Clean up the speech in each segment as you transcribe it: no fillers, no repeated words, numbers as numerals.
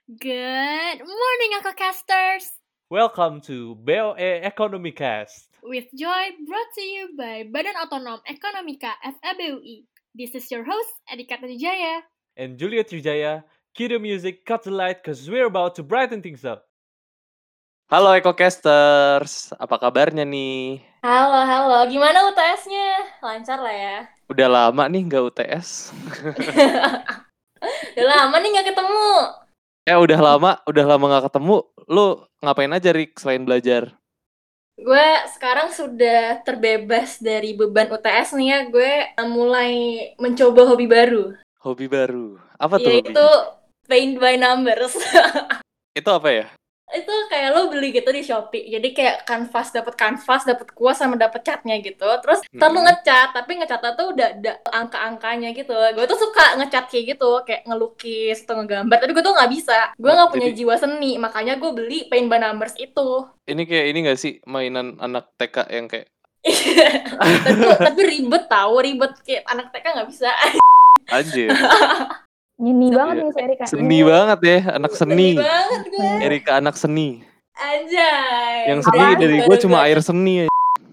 Good morning, Casters! Welcome to BOE Economy Cast. With joy brought to you by Badan Otonom Ekonomika FEBUI. This is your host, Adhika Trijaya. And Julia Trijaya, cue the music, cut the light, cause we're about to brighten things up. Halo EcoCasters, apa kabarnya nih? Halo. Gimana UTS-nya? Lancar lah ya? Udah lama nih nggak UTS. Udah lama nih nggak ketemu. Udah lama nggak ketemu. Lu ngapain aja, Rik, selain belajar? Gue sekarang sudah terbebas dari beban UTS nih ya. Gue mulai mencoba hobi baru. Hobi baru? Apa tuh hobi? Yaitu paint by numbers. Itu apa ya? Itu kayak lo beli gitu di Shopee. Jadi kayak kanvas, dapat kuas sama dapat catnya gitu. Terus ntar lo ngecat, tapi ngecatnya tuh udah ada angka-angkanya gitu. Gue tuh suka ngecat kayak gitu, kayak ngelukis atau ngegambar. Tapi gue tuh nggak bisa. Gue nggak punya jiwa seni, makanya gue beli paint by numbers itu. Ini kayak ini nggak sih mainan anak TK yang kayak? tapi ribet kayak anak TK nggak bisa. Anjir. Nyeni banget nih si Erika. Seni banget ya, anak seni. Seni banget gue. Erika anak seni. Anjay. Yang seni dari gue cuma air seni.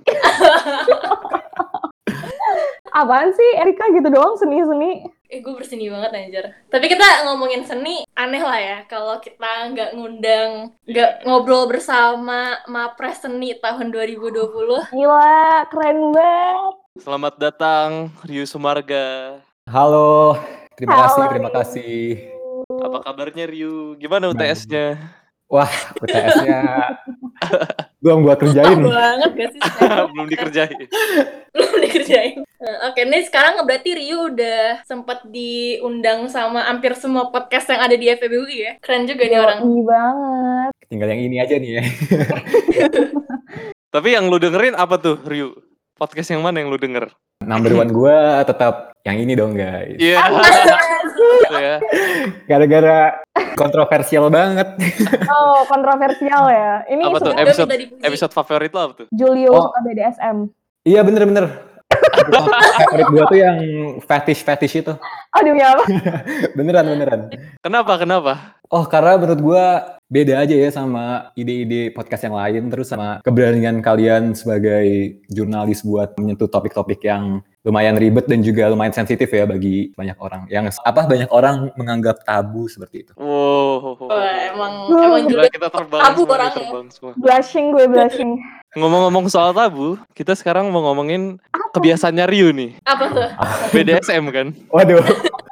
Apaan sih Erika gitu doang seni-seni? Gue berseni banget anjir. Tapi kita ngomongin seni aneh lah ya kalau kita nggak ngobrol bersama Mapres Seni tahun 2020. Gila, keren banget. Selamat datang Ryu Sumarga. Halo, terima kasih. Apa kabarnya Ryu? Gimana UTS-nya? Wah, UTS-nya belum gua kerjain. Banget gak sih? Belum dikerjain. Oke, nih sekarang berarti Ryu udah sempat diundang sama hampir semua podcast yang ada di FEBUI ya. Keren juga nih orang. Iya banget. Tinggal yang ini aja nih ya. Tapi yang lu dengerin apa tuh Ryu? Podcast yang mana yang lu denger? Number one gua tetap yang ini dong guys. Iya. Ya. Gara-gara kontroversial banget. Oh, kontroversial ya. Ini Apa tuh episode favorit lo apa tuh? Julio suka BDSM. Iya bener. Favorit gua tuh yang fetish itu. Aduh ya apa? Beneran. Kenapa? Oh, karena menurut gua beda aja ya sama ide-ide podcast yang lain, terus sama keberanian kalian sebagai jurnalis buat menyentuh topik-topik yang lumayan ribet dan juga lumayan sensitif ya bagi banyak orang. Yang banyak orang menganggap tabu seperti itu. Wow. Emang Gila, kita terbang tabu semua. orangnya. Blushing. Ngomong-ngomong soal tabu, kita sekarang mau ngomongin kebiasaannya Ryu nih. Apa tuh? BDSM kan? Waduh.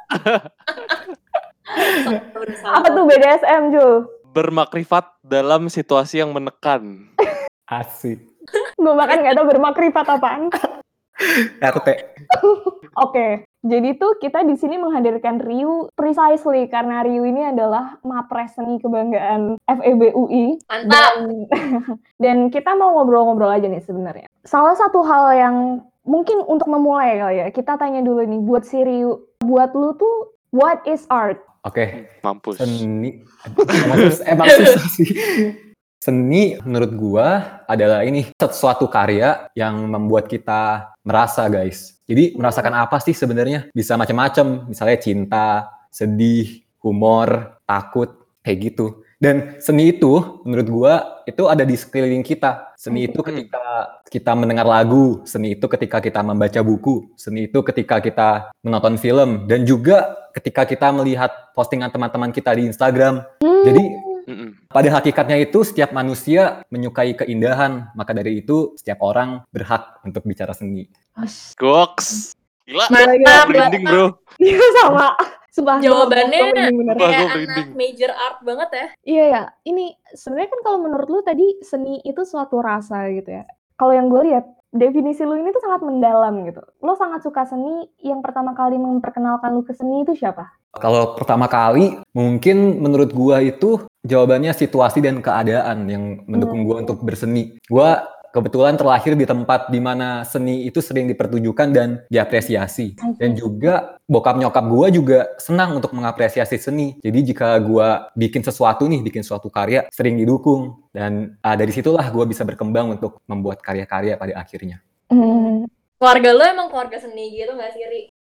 Apa tuh BDSM, Jul? Bermakrifat dalam situasi yang menekan. Asik. Gue bahkan gak tau bermakrifat apaan. RT. Oke, jadi tuh kita di sini menghadirkan Ryu precisely karena Ryu ini adalah Mapres Seni Kebanggaan FEBUI. Mantap. Dan kita mau ngobrol-ngobrol aja nih sebenarnya. Salah satu hal yang mungkin untuk memulai kali ya, kita tanya dulu nih buat si Ryu, buat lu tuh what is art? Oke. Mampus. Seni. Emang susah sih. Seni menurut gua adalah ini sesuatu karya yang membuat kita merasa guys. Jadi merasakan apa sih sebenarnya? Bisa macam-macam, misalnya cinta, sedih, humor, takut, kayak gitu. Dan seni itu menurut gua itu ada di sekeliling kita. Seni itu ketika kita mendengar lagu, seni itu ketika kita membaca buku, seni itu ketika kita menonton film, dan juga ketika kita melihat postingan teman-teman kita di Instagram. Jadi pada hakikatnya itu setiap manusia menyukai keindahan, maka dari itu setiap orang berhak untuk bicara seni. Goks. Gila. Mantap. Merinding bro. Iya sama. Sumpah, Jawabannya kayak merinding. anak major art banget ya. Iya ya, ini sebenarnya kan kalau menurut lu tadi seni itu suatu rasa gitu ya. Kalau yang gue lihat definisi lu ini tuh sangat mendalam gitu. Lu sangat suka seni, yang pertama kali memperkenalkan lu ke seni itu siapa? Kalau pertama kali mungkin menurut gua itu jawabannya situasi dan keadaan yang mendukung gua untuk berseni. Gua kebetulan terlahir di tempat di mana seni itu sering dipertunjukkan dan diapresiasi. Dan juga bokap nyokap gue juga senang untuk mengapresiasi seni. Jadi jika gue bikin suatu karya, sering didukung. Dan dari situlah gue bisa berkembang untuk membuat karya-karya pada akhirnya. Keluarga lo emang keluarga seni gitu gak sih, Ri?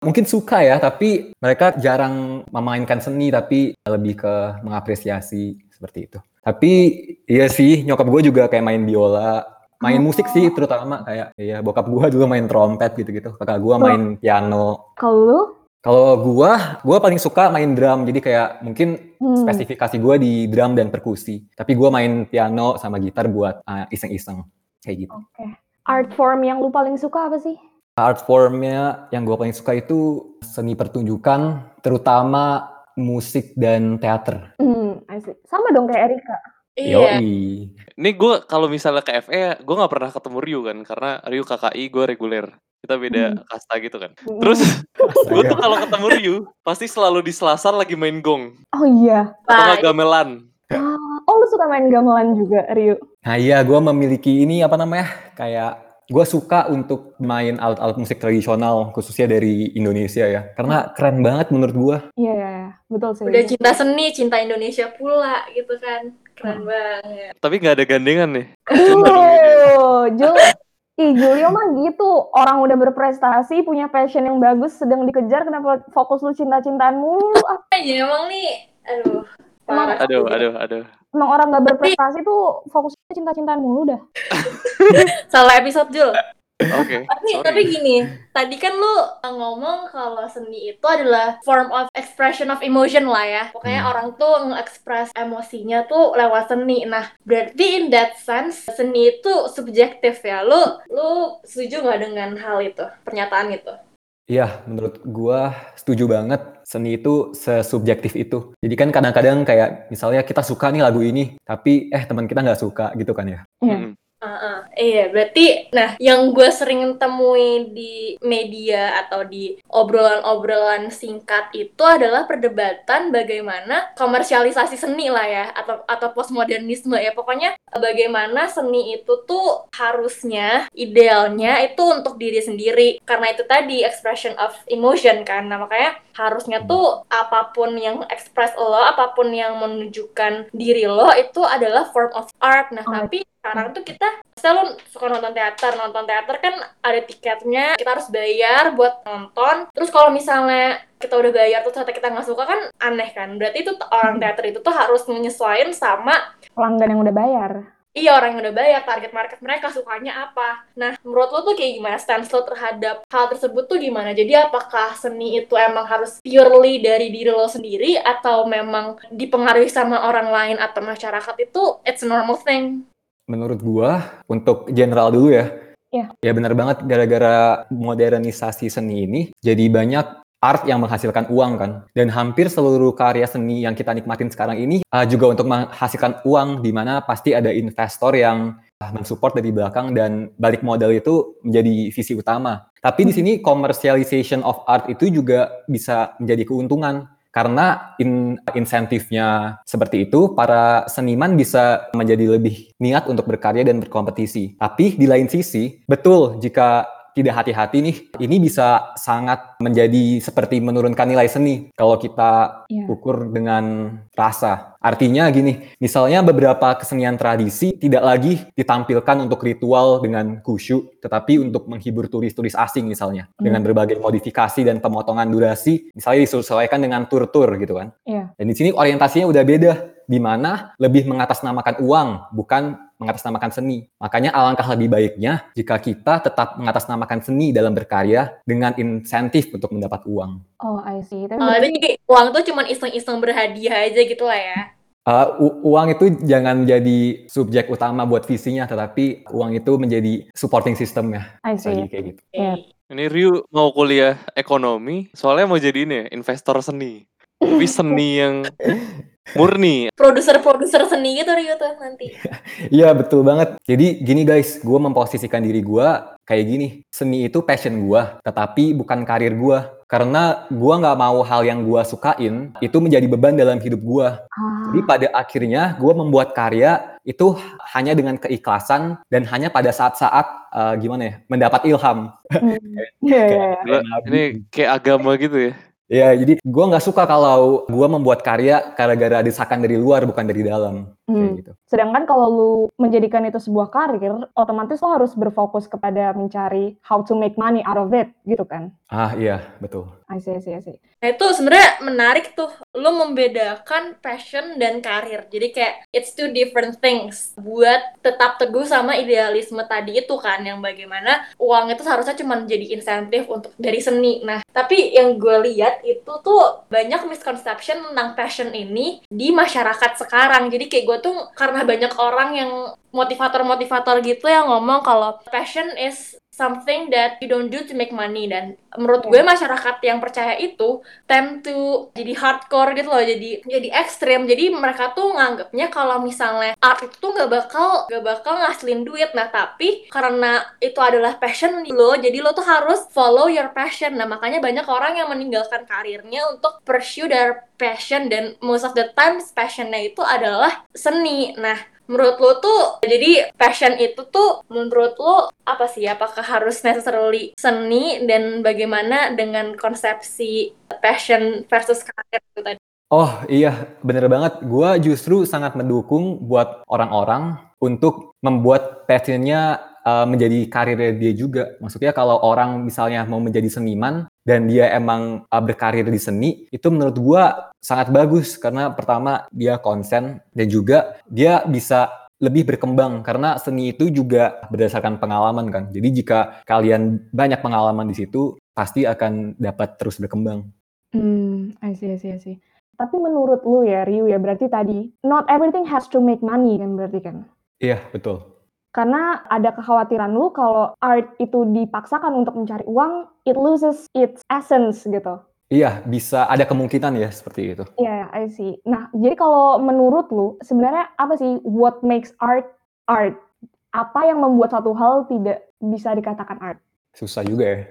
mungkin suka ya, tapi mereka jarang memainkan seni, tapi lebih ke mengapresiasi seperti itu. Tapi iya sih, nyokap gue juga kayak main biola, main musik sih terutama kayak iya bokap gue dulu main trompet gitu-gitu, kakak gue main piano. Kalau lu? Kalau gue paling suka main drum, jadi kayak mungkin spesifikasi gue di drum dan perkusi. Tapi gue main piano sama gitar buat iseng-iseng kayak gitu. Oke. Art form yang lu paling suka apa sih? Art formnya yang gue paling suka itu seni pertunjukan, terutama musik dan teater. I see. Sama dong kayak Erika. Iya. Yoi. Ini gue kalau misalnya ke FE, gue nggak pernah ketemu Ryu kan, karena Ryu KKI, gue reguler. Kita beda kasta gitu kan. Terus gue tuh kalau ketemu Ryu, pasti selalu di Selasar lagi main gong Oh iya. atau nggak gamelan. Oh lu suka main gamelan juga, Ryu? Nah iya, gue memiliki ini apa namanya, kayak gue suka untuk main alat-alat musik tradisional, khususnya dari Indonesia ya. Karena keren banget menurut gue. Iya, betul sih. Udah cinta seni, cinta Indonesia pula gitu kan. Keren banget. Tapi nggak ada gandengan nih. Julio mah gitu. Orang udah berprestasi, punya passion yang bagus, sedang dikejar, kenapa fokus lu cinta-cintaan mulu? Ya emang nih, aduh. Parah. Aduh. Emang orang gak berprestasi tuh fokusnya cinta-cintaan mulu dah. Salah episode, Jul. Oke. Tapi gini, tadi kan lu ngomong kalau seni itu adalah form of expression of emotion lah ya. Pokoknya orang tuh nge-express emosinya tuh lewat seni. Nah, berarti in that sense, seni itu subjektif ya. Lu setuju nggak dengan hal itu, pernyataan itu? Iya, menurut gua setuju banget. Seni itu sesubjektif itu. Jadi kan kadang-kadang kayak misalnya kita suka nih lagu ini, tapi teman kita nggak suka gitu kan ya. Iya. Iya, berarti, nah, yang gue sering temui di media atau di obrolan-obrolan singkat itu adalah perdebatan bagaimana komersialisasi seni lah ya, atau postmodernisme ya, pokoknya bagaimana seni itu tuh harusnya, idealnya itu untuk diri sendiri, karena itu tadi expression of emotion kan, nah makanya harusnya tuh apapun yang express lo, apapun yang menunjukkan diri lo itu adalah form of art. Nah, tapi sekarang tuh kita lu suka nonton teater kan ada tiketnya, kita harus bayar buat nonton. Terus kalau misalnya kita udah bayar terus ternyata kita nggak suka kan aneh kan. Berarti itu orang teater itu tuh harus menyesuaikan sama pelanggan yang udah bayar. Iya, orang yang udah bayar, target market mereka sukanya apa. Nah, menurut lo tuh kayak gimana stance lo terhadap hal tersebut tuh gimana? Jadi apakah seni itu emang harus purely dari diri lo sendiri atau memang dipengaruhi sama orang lain atau masyarakat itu it's a normal thing? Menurut gua, untuk general dulu ya. Iya. Ya benar banget, gara-gara modernisasi seni ini, jadi banyak art yang menghasilkan uang kan. Dan hampir seluruh karya seni yang kita nikmatin sekarang ini juga untuk menghasilkan uang, di mana pasti ada investor yang mensupport dari belakang dan balik modal itu menjadi visi utama. Tapi di sini commercialization of art itu juga bisa menjadi keuntungan. Karena insentifnya seperti itu, para seniman bisa menjadi lebih niat untuk berkarya dan berkompetisi. Tapi di lain sisi, betul jika tidak hati-hati nih, ini bisa sangat menjadi seperti menurunkan nilai seni kalau kita ukur dengan rasa. Artinya gini, misalnya beberapa kesenian tradisi tidak lagi ditampilkan untuk ritual dengan khusyuk, tetapi untuk menghibur turis-turis asing misalnya, dengan berbagai modifikasi dan pemotongan durasi, misalnya disesuaikan dengan tur-tur gitu kan. Dan di sini orientasinya udah beda, di mana lebih mengatasnamakan uang, bukan mengatasnamakan seni. Makanya alangkah lebih baiknya jika kita tetap mengatasnamakan seni dalam berkarya dengan insentif untuk mendapat uang. Oh, I see. Jadi uang tuh cuma iseng-iseng berhadiah aja gitu lah ya. Uang itu jangan jadi subjek utama buat visinya, tetapi uang itu menjadi supporting system ya. I see. Kayak gitu. Ini Ryu mau kuliah ekonomi, soalnya mau jadi ini investor seni. Tapi seni yang murni. Produser seni gitu Rio tuh nanti. Iya betul banget. Jadi gini guys, gue memposisikan diri gue kayak gini. Seni itu passion gue, tetapi bukan karir gue. Karena gue nggak mau hal yang gue sukain itu menjadi beban dalam hidup gue. Jadi pada akhirnya gue membuat karya itu hanya dengan keikhlasan dan hanya pada saat-saat mendapat ilham. Ini kayak agama gitu ya. Ya, jadi gue nggak suka kalau gue membuat karya gara-gara desakan dari luar bukan dari dalam. Kayak gitu. Sedangkan kalau lu menjadikan itu sebuah karir, otomatis lo harus berfokus kepada mencari how to make money out of it, gitu kan? Iya, betul. I see. Nah itu sebenarnya menarik tuh, lo membedakan passion dan karir. Jadi kayak it's two different things. Buat tetap teguh sama idealisme tadi itu kan, yang bagaimana uang itu seharusnya cuma jadi insentif untuk dari seni. Nah tapi yang gue lihat itu tuh banyak misconception tentang passion ini di masyarakat sekarang. Jadi kayak gue tuh karena banyak orang yang motivator gitu yang ngomong kalau passion is something that you don't do to make money, dan menurut gue masyarakat yang percaya itu tend to jadi hardcore gitu loh, jadi ekstrim. Jadi mereka tuh nganggapnya kalau misalnya art itu tuh nggak bakal ngasilin duit. Nah tapi karena itu adalah passion lo, jadi lo tuh harus follow your passion. Nah makanya banyak orang yang meninggalkan karirnya untuk pursue their passion, dan most of the times passionnya itu adalah seni. Nah menurut lo tuh, jadi passion itu tuh menurut lo apa sih? Apakah harus necessarily seni, dan bagaimana dengan konsepsi passion versus karir itu tadi? Oh iya, bener banget. Gua justru sangat mendukung buat orang-orang untuk membuat passionnya menjadi karirnya dia juga. Maksudnya kalau orang misalnya mau menjadi seniman dan dia emang berkarir di seni, itu menurut gua sangat bagus karena pertama dia konsen dan juga dia bisa lebih berkembang karena seni itu juga berdasarkan pengalaman kan. Jadi jika kalian banyak pengalaman di situ, pasti akan dapat terus berkembang. I see. Tapi menurut lu ya, Ryu ya, berarti tadi not everything has to make money kan berarti kan? Iya, betul. Karena ada kekhawatiran lu kalau art itu dipaksakan untuk mencari uang, it loses its essence gitu. Iya, bisa ada kemungkinan ya seperti itu. Iya, I see. Nah, jadi kalau menurut lu, sebenarnya apa sih what makes art art? Apa yang membuat satu hal tidak bisa dikatakan art? Susah juga ya.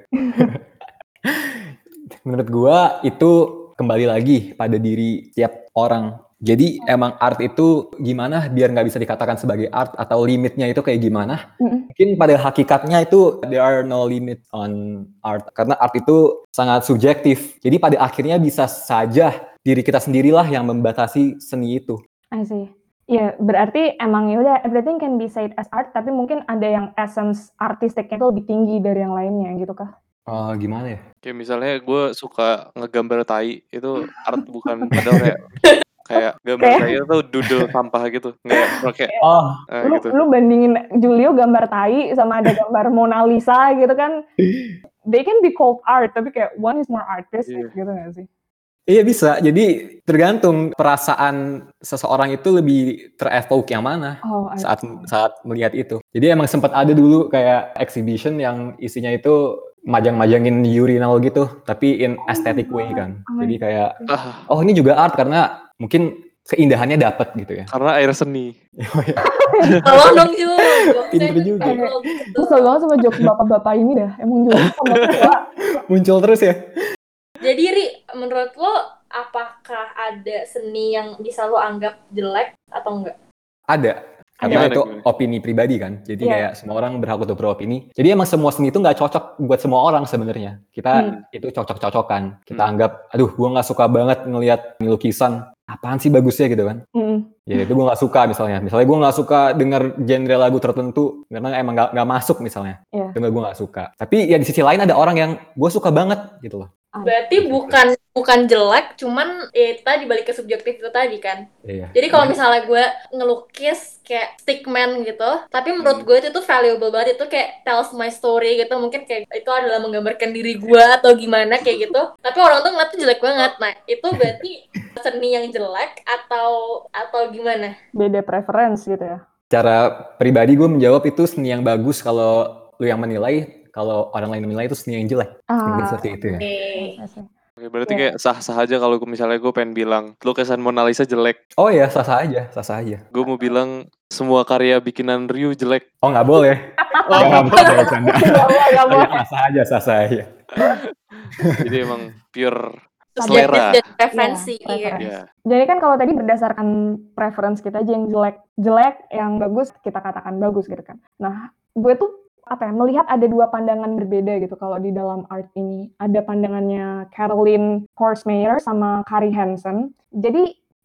Menurut gua itu kembali lagi pada diri tiap orang. Jadi emang art itu gimana biar nggak bisa dikatakan sebagai art, atau limitnya itu kayak gimana? Mungkin pada hakikatnya itu there are no limit on art, karena art itu sangat subjektif. Jadi pada akhirnya bisa saja diri kita sendirilah yang membatasi seni itu. I see. Ya, berarti emang ya udah everything can be said as art, tapi mungkin ada yang essence artistiknya itu lebih tinggi dari yang lainnya gitu kah? Gimana ya? Kayak misalnya gue suka ngegambar tai, itu art bukan, padahal kayak gambar tai itu doodle sampah gitu, nggak pakai gitu. Lu bandingin Julio gambar tai sama ada gambar Mona Lisa gitu kan, they can be called art, tapi kayak one is more artistic gitu nggak sih? Iya bisa, jadi tergantung perasaan seseorang itu lebih terevoke yang mana saat melihat itu. Jadi emang sempat ada dulu kayak exhibition yang isinya itu majang-majangin urinal gitu, tapi in aesthetic way kan. Jadi kayak, oh ini juga art karena mungkin keindahannya dapat gitu ya. Karena air seni. Tolong dong Ju. Pinter juga. Kesel banget sama jokes bapak-bapak ini dah. Emang juga sama tua. Muncul terus ya. Jadi Ri, menurut lo apakah ada seni yang bisa lo anggap jelek atau enggak? Ada. Karena itu opini pribadi kan. Jadi kayak semua orang berhak untuk beropini. Jadi emang semua seni itu nggak cocok buat semua orang sebenarnya. Kita itu cocok-cocokan. Kita anggap, aduh gue nggak suka banget ngelihat lukisan. Apaan sih bagusnya gitu kan. Ya itu gue gak suka misalnya gue gak suka denger genre lagu tertentu karena emang gak masuk misalnya. Gue gak suka. Tapi ya di sisi lain ada orang yang gue suka banget gitu loh. Berarti bukan jelek, cuman ya tadi balik ke subjektif itu tadi kan. Jadi kalau misalnya gue ngelukis kayak stickman gitu, tapi menurut gue itu tuh valuable banget, itu kayak tells my story gitu, mungkin kayak itu adalah menggambarkan diri gue atau gimana kayak gitu. Tapi orang tuh ngeliat tuh jelek banget. Nah itu berarti seni yang jelek atau gimana? Beda preference gitu ya. Cara pribadi gue menjawab itu seni yang bagus kalau lu yang menilai. Kalau orang lain menilai itu seni yang jelek. Mungkin seperti itu ya. Oke, berarti kayak sah-sah aja kalau misalnya gue pengen bilang lukisan Mona Lisa jelek. Oh iya, sah-sah aja. Gue mau bilang semua karya bikinan Ryu jelek. Oh nggak boleh. Nggak boleh. Sah-sah aja. Jadi emang pure selera dan preferensi. Iya. Jadi kan kalau tadi berdasarkan preference kita aja, yang jelek, yang bagus kita katakan bagus gitu kan. Nah, gue tuh melihat ada dua pandangan berbeda gitu kalau di dalam art ini. Ada pandangannya Caroline Horsemeyer sama Carrie Hansen. Jadi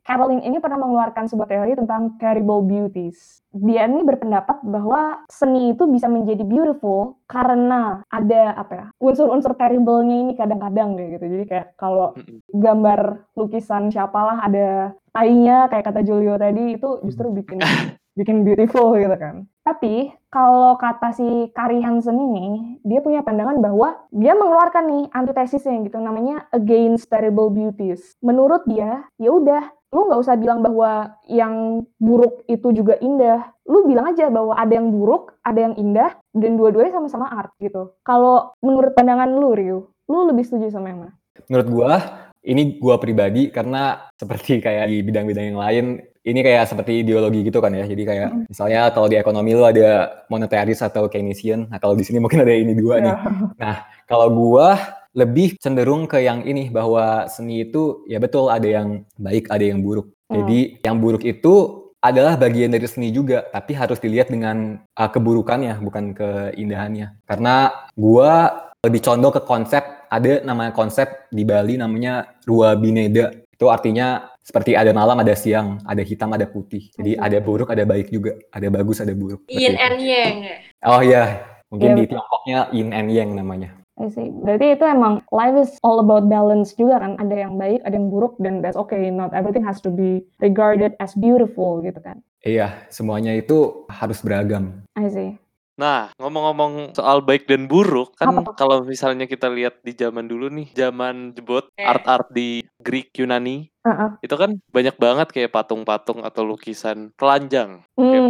Caroline ini pernah mengeluarkan sebuah teori tentang terrible beauties. Dia ini berpendapat bahwa seni itu bisa menjadi beautiful karena ada unsur-unsur terrible-nya ini kadang-kadang kayak gitu. Jadi kayak kalau gambar lukisan siapalah ada tainya kayak kata Julio tadi itu justru bikin beautiful gitu kan. Tapi kalau kata si Kari Hansen ini, dia punya pandangan bahwa dia mengeluarkan nih antitesisnya gitu, namanya against terrible beauties. Menurut dia, ya udah, lu nggak usah bilang bahwa yang buruk itu juga indah. Lu bilang aja bahwa ada yang buruk, ada yang indah, dan dua-duanya sama-sama art gitu. Kalau menurut pandangan lu, Ryu, lu lebih setuju sama yang mana? Menurut gua, ini gua pribadi karena seperti kayak di bidang-bidang yang lain, ini kayak seperti ideologi gitu kan ya. Jadi kayak misalnya kalau di ekonomi lu ada monetaris atau Keynesian. Nah kalau di sini mungkin ada ini dua nih. Nah kalau gua lebih cenderung ke yang ini bahwa seni itu ya betul ada yang baik ada yang buruk. Jadi yang buruk itu adalah bagian dari seni juga, tapi harus dilihat dengan keburukannya bukan keindahannya. Karena gua lebih condong ke konsep, ada namanya konsep di Bali namanya Rua Bineda. Itu artinya seperti ada malam, ada siang, ada hitam, ada putih. Jadi ada buruk, ada baik juga. Ada bagus, ada buruk. Yin and yang. Oh iya, mungkin di Tiongkoknya yin and yang namanya. I see. Berarti itu emang life is all about balance juga kan. Ada yang baik, ada yang buruk, dan that's okay. Not everything has to be regarded as beautiful gitu kan. Iya, semuanya itu harus beragam. I see. Nah, ngomong-ngomong soal baik dan buruk, kan kalau misalnya kita lihat di zaman dulu nih, zaman jebot, art-art di Greek Yunani, itu kan banyak banget kayak patung-patung atau lukisan telanjang.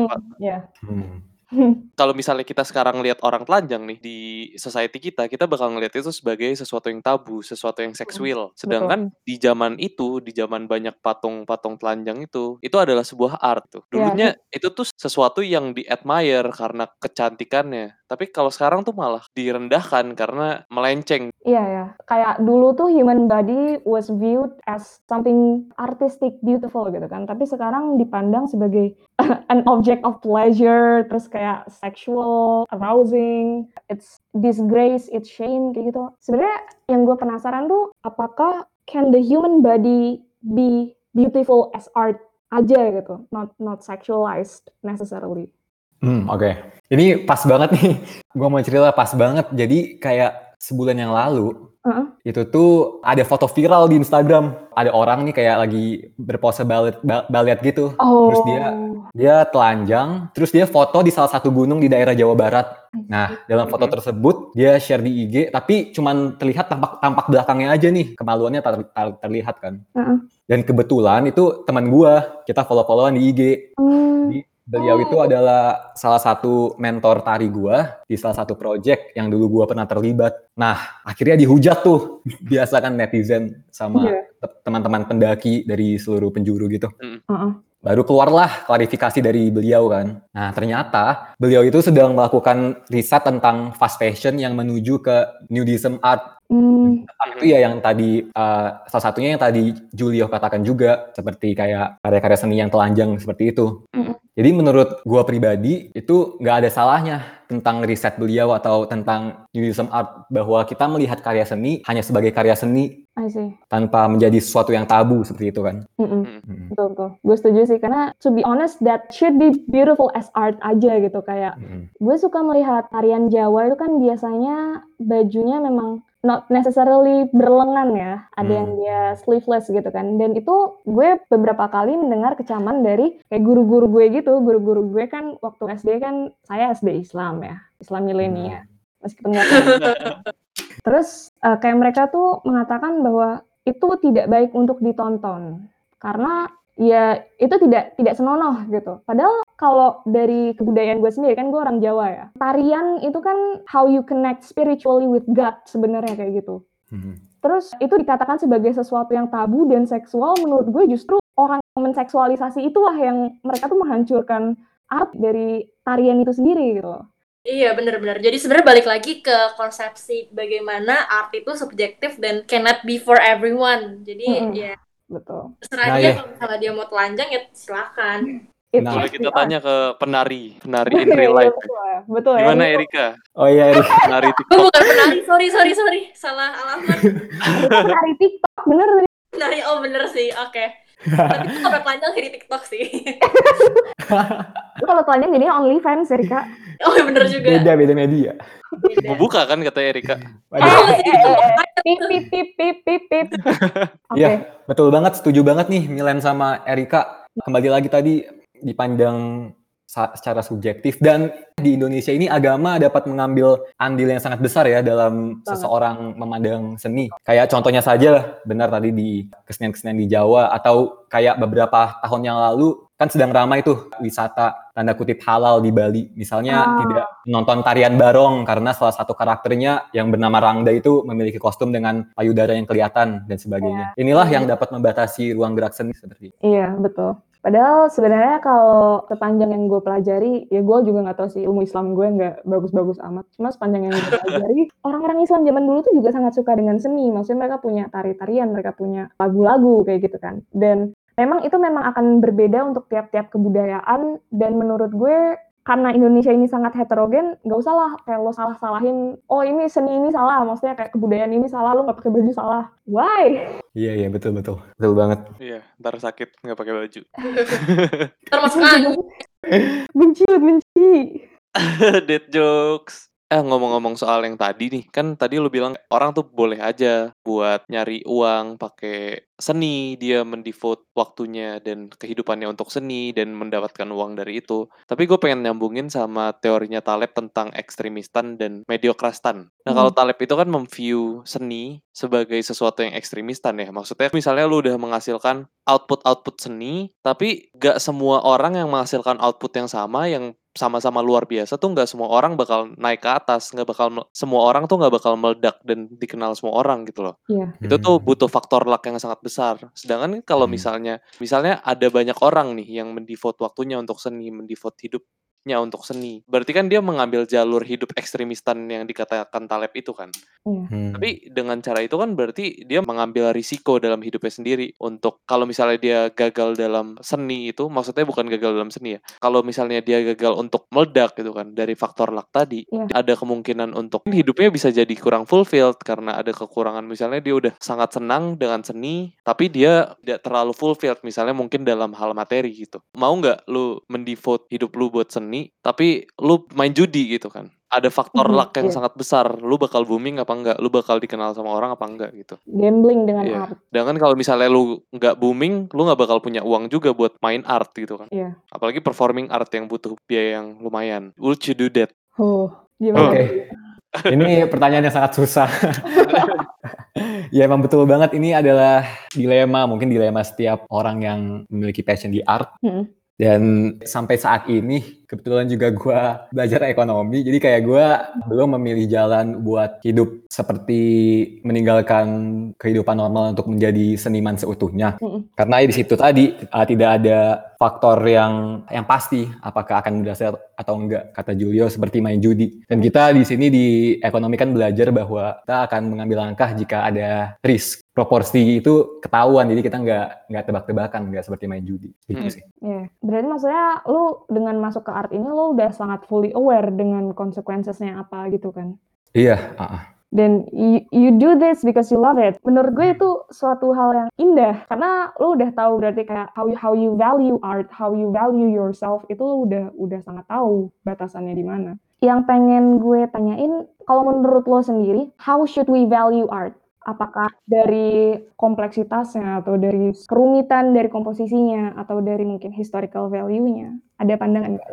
Kalau misalnya kita sekarang lihat orang telanjang nih di society kita bakal ngelihat itu sebagai sesuatu yang tabu, sesuatu yang seksual. Sedangkan di zaman itu, di zaman banyak patung-patung telanjang itu adalah sebuah art tuh. Dulunya itu tuh sesuatu yang di-admire karena kecantikannya. Tapi kalau sekarang tuh malah direndahkan karena melenceng. Iya. Kayak dulu tuh human body was viewed as something artistic, beautiful gitu kan. Tapi sekarang dipandang sebagai an object of pleasure, terus kayak sexual, arousing, it's disgrace, it's shame, kayak gitu. Sebenarnya yang gue penasaran tuh, apakah can the human body be beautiful as art aja gitu, not sexualized necessarily. Oke. Ini pas banget nih. Gue mau cerita pas banget. Jadi kayak sebulan yang lalu, itu tuh ada foto viral di Instagram. Ada orang nih kayak lagi berpose ballet gitu. Terus dia telanjang. Terus dia foto di salah satu gunung di daerah Jawa Barat. Nah, dalam foto tersebut dia share di IG. Tapi cuman terlihat tampak belakangnya aja nih. Kemaluannya terlihat kan. Dan kebetulan itu teman gue. Kita follow-followan di IG. Jadi, beliau itu adalah salah satu mentor tari gua di salah satu project yang dulu gua pernah terlibat. Nah, akhirnya dihujat tuh. Biasa kan netizen sama teman-teman pendaki dari seluruh penjuru gitu. Baru keluarlah klarifikasi dari beliau kan. Nah, ternyata beliau itu sedang melakukan riset tentang fast fashion yang menuju ke nudism art. Itu ya yang tadi salah satunya yang tadi Julio katakan juga, seperti kayak karya-karya seni yang telanjang seperti itu. Jadi menurut gua pribadi itu nggak ada salahnya tentang riset beliau atau tentang nudism art, bahwa kita melihat karya seni hanya sebagai karya seni tanpa menjadi sesuatu yang tabu seperti itu kan. Betul. Gue setuju sih, karena to be honest that should be beautiful as art aja gitu. Kayak gue suka melihat tarian Jawa itu kan biasanya bajunya memang not necessarily berlengan ya, ada yang dia sleeveless gitu kan. Dan itu gue beberapa kali mendengar kecaman dari kayak guru-guru gue gitu. Guru-guru gue kan waktu SD kan, saya SD Islam ya, Islam milenial. Meskipun nggak terus kayak mereka tuh mengatakan bahwa itu tidak baik untuk ditonton karena ya itu tidak senonoh gitu. Padahal kalau dari kebudayaan gue sendiri kan, gue orang Jawa ya, tarian itu kan how you connect spiritually with God sebenarnya kayak gitu. Terus itu dikatakan sebagai sesuatu yang tabu dan seksual. Menurut gue justru orang yang menseksualisasi itulah yang mereka tuh menghancurkan art dari tarian itu sendiri gitu. Iya, benar-benar. Jadi sebenarnya balik lagi ke konsepsi bagaimana art itu subjektif dan cannot be for everyone. Jadi ya betul. Terserah dia kalau misalnya dia mau telanjang ya silakan. Boleh kita tanya ke penari in real life. Betul ya. Gimana Erika? Oh iya, Erika. Penari TikTok. Gue bukan penari, sorry. Salah alamat. Penari TikTok, bener. Penari, oh bener sih, oke. Tapi itu sampai panjang sih di TikTok sih. Lu kalau telanjang jadinya OnlyFans ya, Rika. Oh bener juga. Beda media. Beda. Buka kan kata Erika. Waduh. Pip, pip, pip, pip, pip, pip. Oke. Iya, betul banget, setuju banget nih Milen sama Erika. Kembali lagi tadi dipandang secara subjektif, dan di Indonesia ini agama dapat mengambil andil yang sangat besar ya dalam seseorang memandang seni. Kayak contohnya saja benar tadi di kesenian-kesenian di Jawa, atau kayak beberapa tahun yang lalu kan sedang ramai tuh wisata tanda kutip halal di Bali. Misalnya tidak menonton tarian barong karena salah satu karakternya yang bernama Rangda itu memiliki kostum dengan payudara yang kelihatan dan sebagainya. Inilah yang dapat membatasi ruang gerak seni seperti itu. Iya, betul. Padahal sebenarnya kalau sepanjang yang gue pelajari, ya gue juga nggak tahu sih, ilmu Islam gue nggak bagus-bagus amat. Cuma sepanjang yang gue pelajari, orang-orang Islam zaman dulu tuh juga sangat suka dengan seni. Maksudnya mereka punya tari-tarian, mereka punya lagu-lagu kayak gitu kan. Dan memang itu memang akan berbeda untuk tiap-tiap kebudayaan. Dan menurut gue, karena Indonesia ini sangat heterogen, nggak usah lah kayak lo salah-salahin, oh ini seni ini salah, maksudnya kayak kebudayaan ini salah, lo nggak pakai baju salah. Why? Iya, betul banget. Iya, ntar sakit nggak pakai baju. Termasuk angin. Benci. Dead jokes. Ngomong-ngomong soal yang tadi nih, kan tadi lu bilang orang tuh boleh aja buat nyari uang pakai seni, dia mendevote waktunya dan kehidupannya untuk seni dan mendapatkan uang dari itu. Tapi gue pengen nyambungin sama teorinya Taleb tentang ekstremistan dan mediokrastan. Nah, kalau Taleb itu kan memview seni sebagai sesuatu yang ekstremistan ya. Maksudnya misalnya lu udah menghasilkan output seni, tapi gak semua orang yang menghasilkan output yang sama-sama luar biasa tuh nggak semua orang bakal naik ke atas, semua orang tuh nggak bakal meledak dan dikenal semua orang gitu loh. Iya. Itu tuh butuh faktor luck yang sangat besar. Sedangkan kalau misalnya ada banyak orang nih yang mendevote waktunya untuk seni, mendevote hidupnya untuk seni, berarti kan dia mengambil jalur hidup ekstremistan yang dikatakan Taleb itu kan. Tapi dengan cara itu kan berarti dia mengambil risiko dalam hidupnya sendiri untuk kalau misalnya dia gagal dalam seni itu, maksudnya bukan gagal dalam seni ya. Kalau misalnya dia gagal untuk meledak gitu kan dari faktor luck tadi, ada kemungkinan untuk hidupnya bisa jadi kurang fulfilled karena ada kekurangan. Misalnya dia udah sangat senang dengan seni, tapi dia tidak terlalu fulfilled misalnya mungkin dalam hal materi gitu. Mau nggak lu mendevote hidup lu buat seni, tapi lu main judi gitu kan? Ada faktor luck yang sangat besar. Lu bakal booming apa enggak? Lu bakal dikenal sama orang apa enggak gitu. Gambling dengan art. Dan kan kalau misalnya lu nggak booming, lu nggak bakal punya uang juga buat main art gitu kan. Iya. Apalagi performing art yang butuh biaya yang lumayan. Would you do that? Gimana? Oke. Ini pertanyaan yang sangat susah. Ya emang betul banget, ini adalah mungkin dilema setiap orang yang memiliki passion di art. Dan sampai saat ini kebetulan juga gue belajar ekonomi, jadi kayak gue belum memilih jalan buat hidup seperti meninggalkan kehidupan normal untuk menjadi seniman seutuhnya. Karena di situ tadi tidak ada faktor yang pasti apakah akan berhasil atau enggak, kata Julio, seperti main judi. Dan kita di sini di ekonomi kan belajar bahwa kita akan mengambil langkah jika ada risk. Proporsi itu ketahuan, jadi kita nggak tebak-tebakan, nggak seperti main judi gitu sih. Yeah. Berarti maksudnya lu dengan masuk ke art ini lu udah sangat fully aware dengan konsekuensinya apa gitu kan? Iya. Dan you do this because you love it. Menurut gue itu suatu hal yang indah karena lu udah tahu berarti kayak how you value art, how you value yourself, itu lu udah sangat tahu batasannya di mana. Yang pengen gue tanyain, kalau menurut lo sendiri, how should we value art? Apakah dari kompleksitasnya, atau dari kerumitan dari komposisinya, atau dari mungkin historical value-nya? Ada pandangan nggak?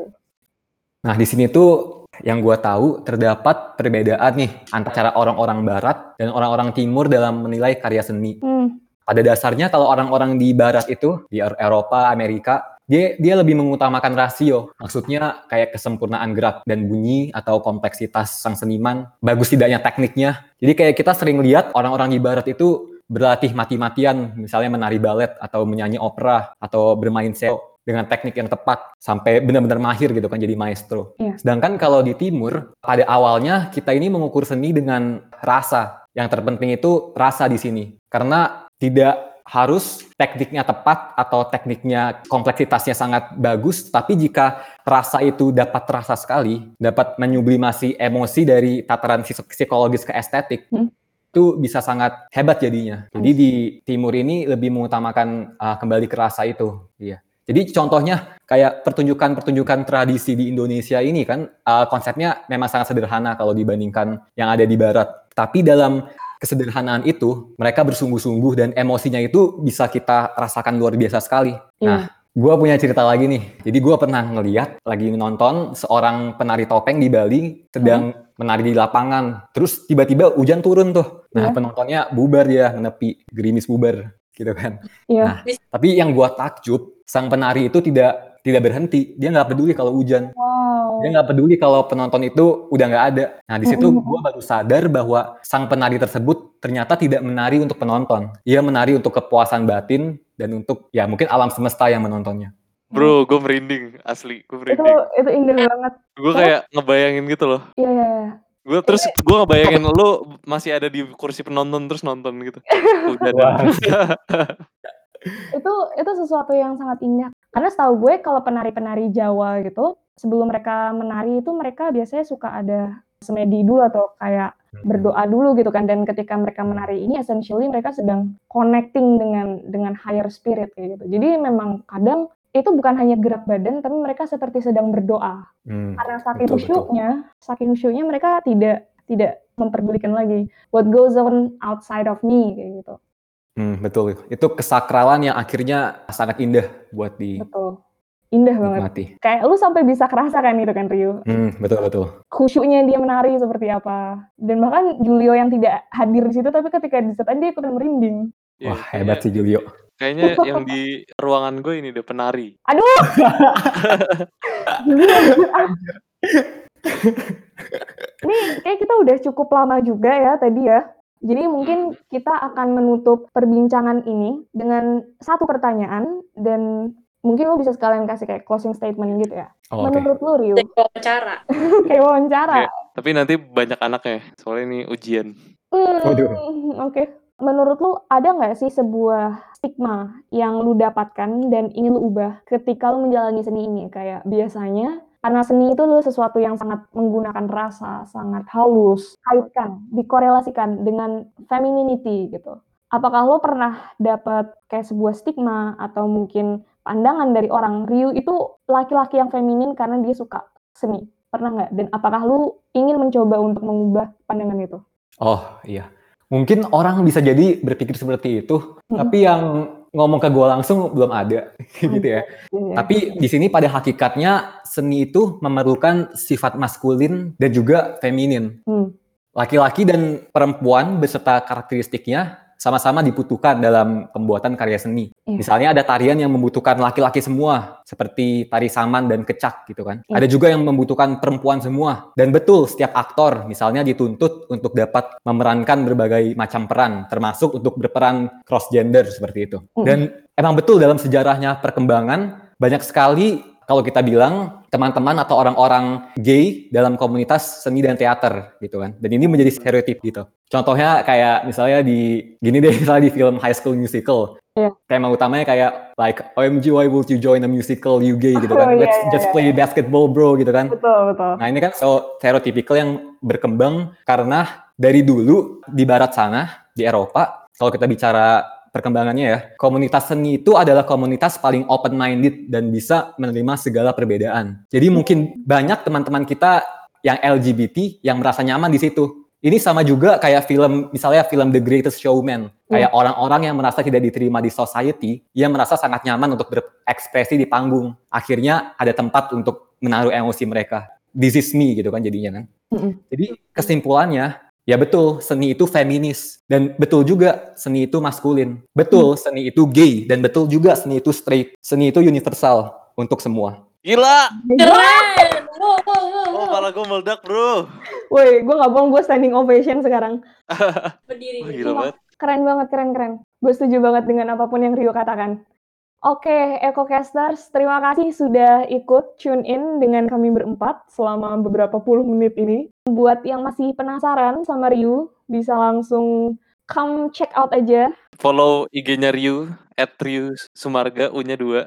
Nah, di sini tuh yang gue tahu terdapat perbedaan nih antara orang-orang Barat dan orang-orang Timur dalam menilai karya seni. Pada dasarnya kalau orang-orang di Barat itu, di Eropa, Amerika, dia lebih mengutamakan rasio. Maksudnya kayak kesempurnaan gerak dan bunyi atau kompleksitas sang seniman, bagus tidaknya tekniknya. Jadi kayak kita sering lihat orang-orang di Barat itu berlatih mati-matian, misalnya menari balet atau menyanyi opera atau bermain selo dengan teknik yang tepat sampai benar-benar mahir gitu kan, jadi maestro. Sedangkan kalau di Timur, pada awalnya kita ini mengukur seni dengan rasa. Yang terpenting itu rasa di sini. Karena tidak harus tekniknya tepat atau tekniknya kompleksitasnya sangat bagus, tapi jika rasa itu dapat terasa sekali, dapat menyublimasi emosi dari tataran psikologis ke estetik, itu bisa sangat hebat jadinya. Jadi di timur ini lebih mengutamakan kembali ke rasa itu. Iya. Jadi contohnya kayak pertunjukan tradisi di Indonesia ini kan konsepnya memang sangat sederhana kalau dibandingkan yang ada di barat. Tapi dalam kesederhanaan itu mereka bersungguh-sungguh dan emosinya itu bisa kita rasakan luar biasa sekali. Nah, gue punya cerita lagi nih. Jadi gue pernah ngeliat lagi nonton seorang penari topeng di Bali sedang menari di lapangan. Terus tiba-tiba hujan turun tuh. Nah, penontonnya bubar dia, menepi, gerimis bubar gitu kan. Nah, tapi yang gue takjub, sang penari itu tidak berhenti. Dia nggak peduli kalau hujan. Dia nggak peduli kalau penonton itu udah nggak ada. Nah, di situ gue baru sadar bahwa sang penari tersebut ternyata tidak menari untuk penonton. Ia menari untuk kepuasan batin dan untuk ya mungkin alam semesta yang menontonnya. Bro, gue merinding, asli, gue merinding. Itu indah banget. Gue kayak ngebayangin gitu loh. Iya. Gue ngebayangin lu masih ada di kursi penonton terus nonton gitu. Itu sesuatu yang sangat indah. Karena setahu gue kalau penari-penari Jawa gitu, sebelum mereka menari itu mereka biasanya suka ada semedi dulu atau kayak berdoa dulu gitu kan. Dan ketika mereka menari ini essentially mereka sedang connecting dengan higher spirit kayak gitu. Jadi memang kadang itu bukan hanya gerak badan, tapi mereka seperti sedang berdoa. Karena saking khusyuknya mereka tidak memperdulikan lagi what goes on outside of me kayak gitu. Betul. Itu kesakralan yang akhirnya sangat indah buat Betul. Indah banget. Kayak lu sampai bisa kerasakan itu kan, Rio. Betul. Khusyuknya dia menari seperti apa. Dan bahkan Julio yang tidak hadir di situ, tapi ketika disetan dia ikutan merinding. Wah, hebat sih Julio. Kayaknya yang di ruangan gue ini deh penari. Aduh. Ini kayak kita udah cukup lama juga ya tadi ya. Jadi mungkin kita akan menutup perbincangan ini dengan satu pertanyaan dan mungkin lo bisa sekalian kasih kayak closing statement gitu ya. Menurut lo, Rio? Kayak wawancara. Tapi nanti banyak anaknya, soalnya ini ujian. Oke. Menurut lu ada nggak sih sebuah stigma yang lu dapatkan dan ingin lu ubah ketika lu menjalani seni ini? Kayak biasanya karena seni itu adalah sesuatu yang sangat menggunakan rasa, sangat halus, dikorelasikan dengan femininity gitu. Apakah lo pernah dapat kayak sebuah stigma atau mungkin pandangan dari orang Ryu itu laki-laki yang feminin karena dia suka seni? Pernah nggak? Dan apakah lu ingin mencoba untuk mengubah pandangan itu? Oh iya. Mungkin orang bisa jadi berpikir seperti itu, tapi yang ngomong ke gue langsung belum ada, gitu ya. Tapi di sini pada hakikatnya seni itu memerlukan sifat maskulin dan juga feminin. Laki-laki dan perempuan beserta karakteristiknya sama-sama dibutuhkan dalam pembuatan karya seni. Misalnya ada tarian yang membutuhkan laki-laki semua, seperti tari saman dan kecak gitu kan. Ada juga yang membutuhkan perempuan semua. Dan betul, setiap aktor misalnya dituntut untuk dapat memerankan berbagai macam peran, termasuk untuk berperan cross gender seperti itu. Dan emang betul dalam sejarahnya perkembangan, banyak sekali kalau kita bilang teman-teman atau orang-orang gay dalam komunitas seni dan teater gitu kan. Dan ini menjadi stereotip gitu. Contohnya kayak misalnya misalnya di film High School Musical. Tema utamanya kayak like OMG why would you join a musical you gay gitu kan. Let's just play basketball bro gitu kan. Betul. Nah ini kan stereotypical yang berkembang karena dari dulu di barat sana, di Eropa, kalau kita bicara perkembangannya ya, komunitas seni itu adalah komunitas paling open-minded dan bisa menerima segala perbedaan. Jadi mungkin banyak teman-teman kita yang LGBT yang merasa nyaman di situ. Ini sama juga kayak misalnya film The Greatest Showman. Kayak orang-orang yang merasa tidak diterima di society, yang merasa sangat nyaman untuk berekspresi di panggung. Akhirnya ada tempat untuk menaruh emosi mereka. This is me gitu kan jadinya kan. Jadi kesimpulannya, ya betul, seni itu feminis. Dan betul juga, seni itu maskulin. Betul, seni itu gay. Dan betul juga, seni itu straight. Seni itu universal untuk semua. Gila! Keren! Wow. Oh, malah gue meledak, bro. Woi, gue gak bohong, gue standing ovation sekarang. Berdiri. Gila banget. Keren banget. Gue setuju banget dengan apapun yang Rio katakan. Oke, EcoCasters, terima kasih sudah ikut tune in dengan kami berempat selama beberapa puluh menit ini. Buat yang masih penasaran sama Ryu, bisa langsung come check out aja. Follow IG-nya Ryu, @RyuSumarga, U-nya 2.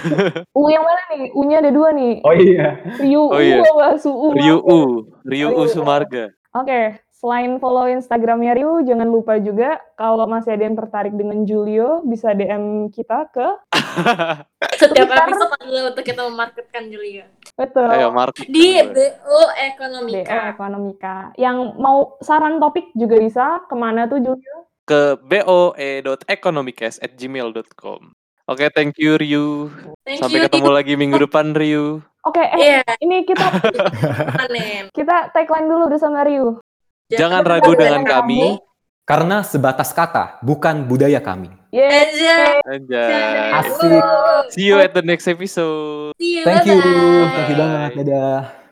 U yang mana nih? U-nya ada 2 nih. Oh iya. Ryu Oh iya. U apa? Ryu Sumarga. Oke, Selain follow Instagramnya Ryu, jangan lupa juga kalau masih ada yang tertarik dengan Julio, bisa DM kita ke Setiap Twitter. episode adalah untuk kita memarketkan Julia. Betul. Ayo Mark. Di BO DO Ekonomika. Ekonomika. Yang mau saran topik juga bisa. Kemana tuh Julio? Ke boe.ekonomikes@gmail.com. Oke, thank you Ryu. Thank Sampai you. ketemu lagi minggu depan Ryu. Oke, Iya, ini kita panen. tagline dulu bersama Ryu. Jangan ragu dengan kami. Karena sebatas kata, bukan budaya kami. Yeay. Aja. Aja. Asik. See you at the next episode. See you. Thank you. Bye-bye. Thank you banget. Dadah.